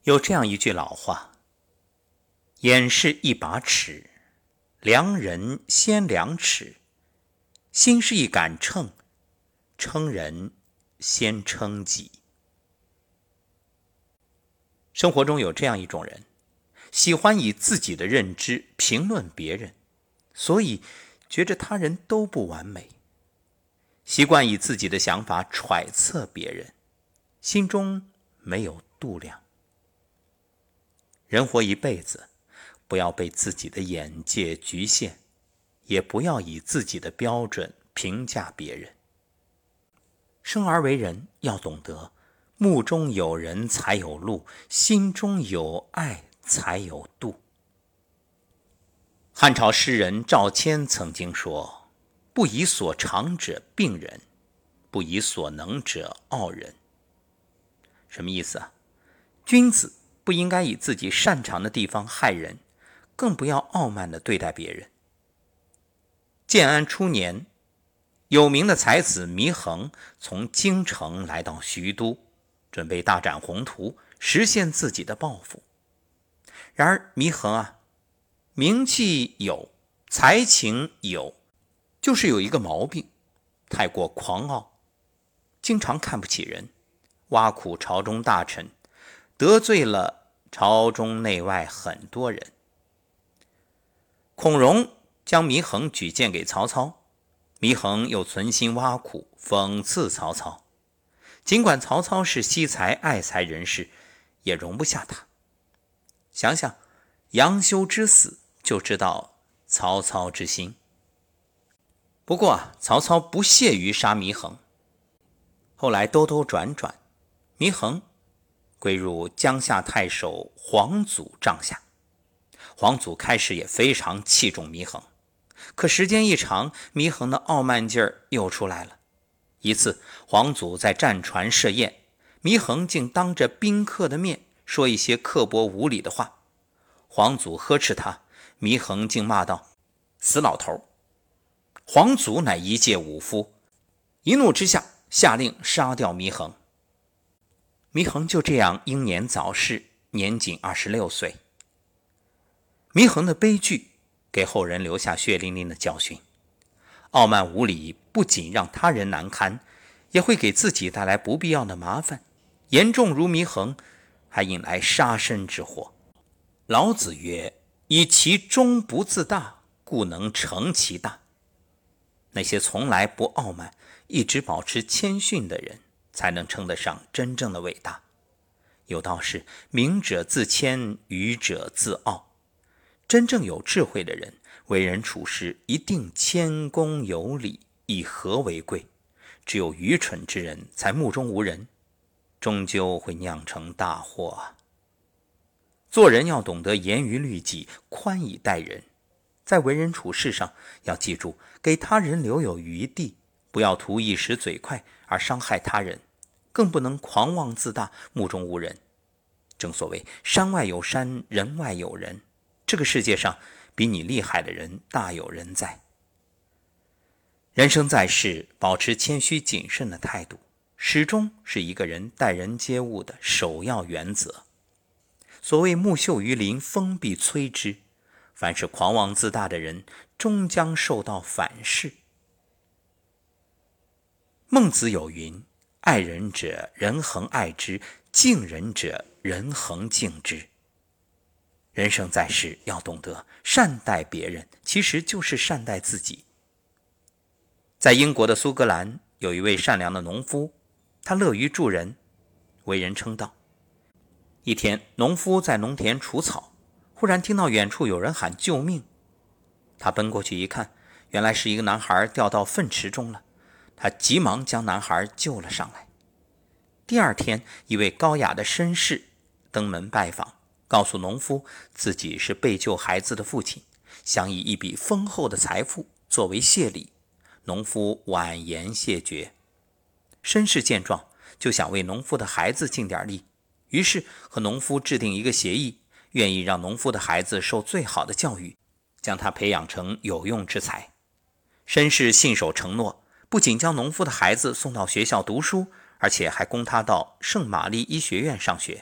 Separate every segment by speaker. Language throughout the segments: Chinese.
Speaker 1: 有这样一句老话：眼是一把尺，量人先量尺；心是一杆秤，称人先称己。生活中有这样一种人，喜欢以自己的认知评论别人，所以觉着他人都不完美，习惯以自己的想法揣测别人，心中没有度量。人活一辈子，不要被自己的眼界局限，也不要以自己的标准评价别人。生而为人，要懂得目中有人才有路，心中有爱才有度。汉朝诗人赵谦曾经说：不以所长者病人，不以所能者傲人。什么意思啊？君子不应该以自己擅长的地方害人，更不要傲慢地对待别人。建安初年，有名的才子祢衡从京城来到徐都，准备大展宏图，实现自己的抱负。然而祢衡名气有，才情有，就是有一个毛病，太过狂傲，经常看不起人，挖苦朝中大臣，得罪了朝中内外很多人。孔融将祢衡举荐给曹操，祢衡又存心挖苦讽刺曹操，尽管曹操是惜才爱才人士，也容不下他。想想杨修之死，就知道曹操之心。不过曹操不屑于杀祢衡，后来兜兜转转，祢衡归入江夏太守黄祖帐下。黄祖开始也非常器重祢衡，可时间一长，祢衡的傲慢劲儿又出来了。一次，黄祖在战船设宴，祢衡竟当着宾客的面说一些刻薄无礼的话。黄祖呵斥他，祢衡竟骂道：死老头！黄祖乃一介武夫，一怒之下下令杀掉祢衡。祢衡就这样英年早逝，年仅26岁。祢衡的悲剧给后人留下血淋淋的教训。傲慢无礼不仅让他人难堪，也会给自己带来不必要的麻烦，严重如祢衡，还引来杀身之祸。老子曰：以其中不自大，故能成其大。那些从来不傲慢，一直保持谦逊的人，才能称得上真正的伟大。有道是明者自谦，愚者自傲。真正有智慧的人，为人处事一定谦恭有礼，以和为贵。只有愚蠢之人才目中无人，终究会酿成大祸。做人要懂得严于律己，宽以待人。在为人处事上要记住，给他人留有余地，不要图一时嘴快而伤害他人，更不能狂妄自大，目中无人。正所谓山外有山，人外有人，这个世界上比你厉害的人大有人在。人生在世，保持谦虚谨慎的态度，始终是一个人待人接物的首要原则。所谓木秀于林，风必摧之。凡是狂妄自大的人，终将受到反噬。孟子有云：爱人者，人恒爱之；敬人者，人恒敬之。人生在世，要懂得善待别人，其实就是善待自己。在英国的苏格兰，有一位善良的农夫，他乐于助人，为人称道。一天，农夫在农田除草，忽然听到远处有人喊救命。他奔过去一看，原来是一个男孩掉到粪池中了，他急忙将男孩救了上来。第二天，一位高雅的绅士登门拜访，告诉农夫自己是被救孩子的父亲，想以一笔丰厚的财富作为谢礼。农夫婉言谢绝。绅士见状，就想为农夫的孩子尽点力，于是和农夫制定一个协议，愿意让农夫的孩子受最好的教育，将他培养成有用之才。绅士信守承诺，不仅将农夫的孩子送到学校读书，而且还供他到圣玛丽医学院上学。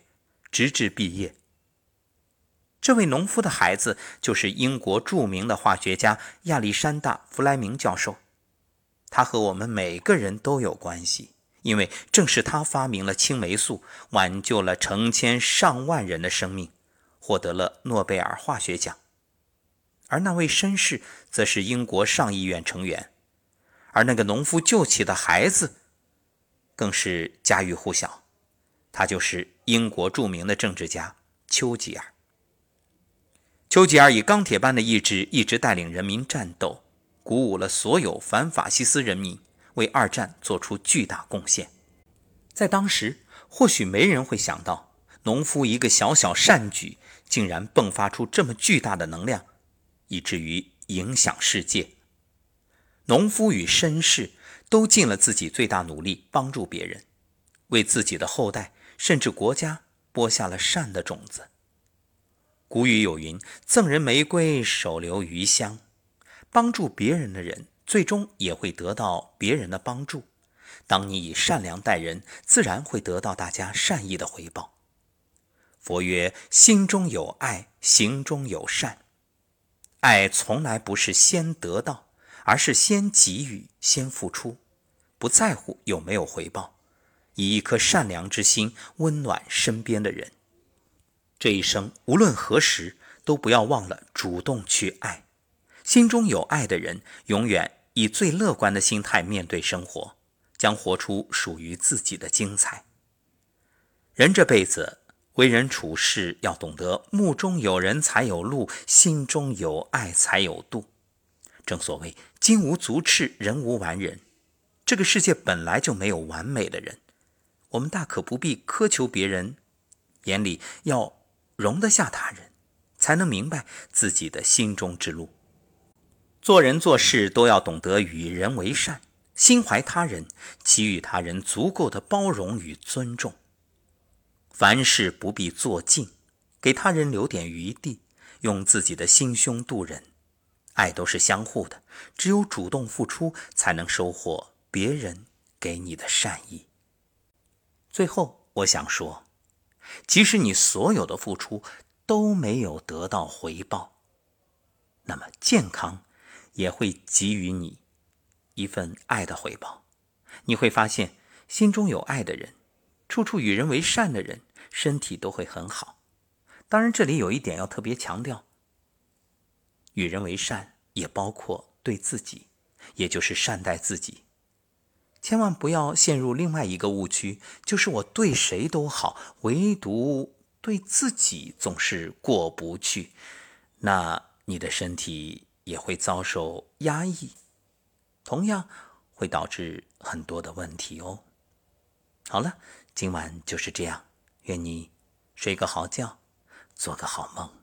Speaker 1: 直至毕业。这位农夫的孩子就是英国著名的化学家亚历山大·弗莱明教授。他和我们每个人都有关系，因为正是他发明了青霉素，挽救了成千上万人的生命，获得了诺贝尔化学奖。而那位绅士则是英国上议院成员，而那个农夫救起的孩子更是家喻户晓，他就是英国著名的政治家丘吉尔。丘吉尔以钢铁般的意志一直带领人民战斗，鼓舞了所有反法西斯人民，为二战做出巨大贡献。在当时，或许没人会想到，农夫一个小小善举，竟然迸发出这么巨大的能量，以至于影响世界。农夫与绅士都尽了自己最大努力帮助别人，为自己的后代甚至国家播下了善的种子。古语有云，赠人玫瑰，手留余香。帮助别人的人，最终也会得到别人的帮助。当你以善良待人，自然会得到大家善意的回报。佛曰：心中有爱，行中有善。爱从来不是先得到，而是先给予，先付出，不在乎有没有回报，以一颗善良之心温暖身边的人。这一生无论何时，都不要忘了主动去爱。心中有爱的人，永远以最乐观的心态面对生活，将活出属于自己的精彩。人这辈子为人处事要懂得目中有人才有路，心中有爱才有度。正所谓金无足赤，人无完人。这个世界本来就没有完美的人，我们大可不必苛求别人，眼里要容得下他人，才能明白自己的心中之路。做人做事都要懂得与人为善，心怀他人，给予他人足够的包容与尊重。凡事不必做尽，给他人留点余地，用自己的心胸度人。爱都是相互的，只有主动付出，才能收获别人给你的善意。最后，我想说，即使你所有的付出都没有得到回报，那么健康也会给予你一份爱的回报。你会发现，心中有爱的人，处处与人为善的人，身体都会很好。当然，这里有一点要特别强调，与人为善也包括对自己，也就是善待自己。千万不要陷入另外一个误区，就是我对谁都好，唯独对自己总是过不去。那你的身体也会遭受压抑，同样会导致很多的问题哦。好了，今晚就是这样，愿你睡个好觉，做个好梦。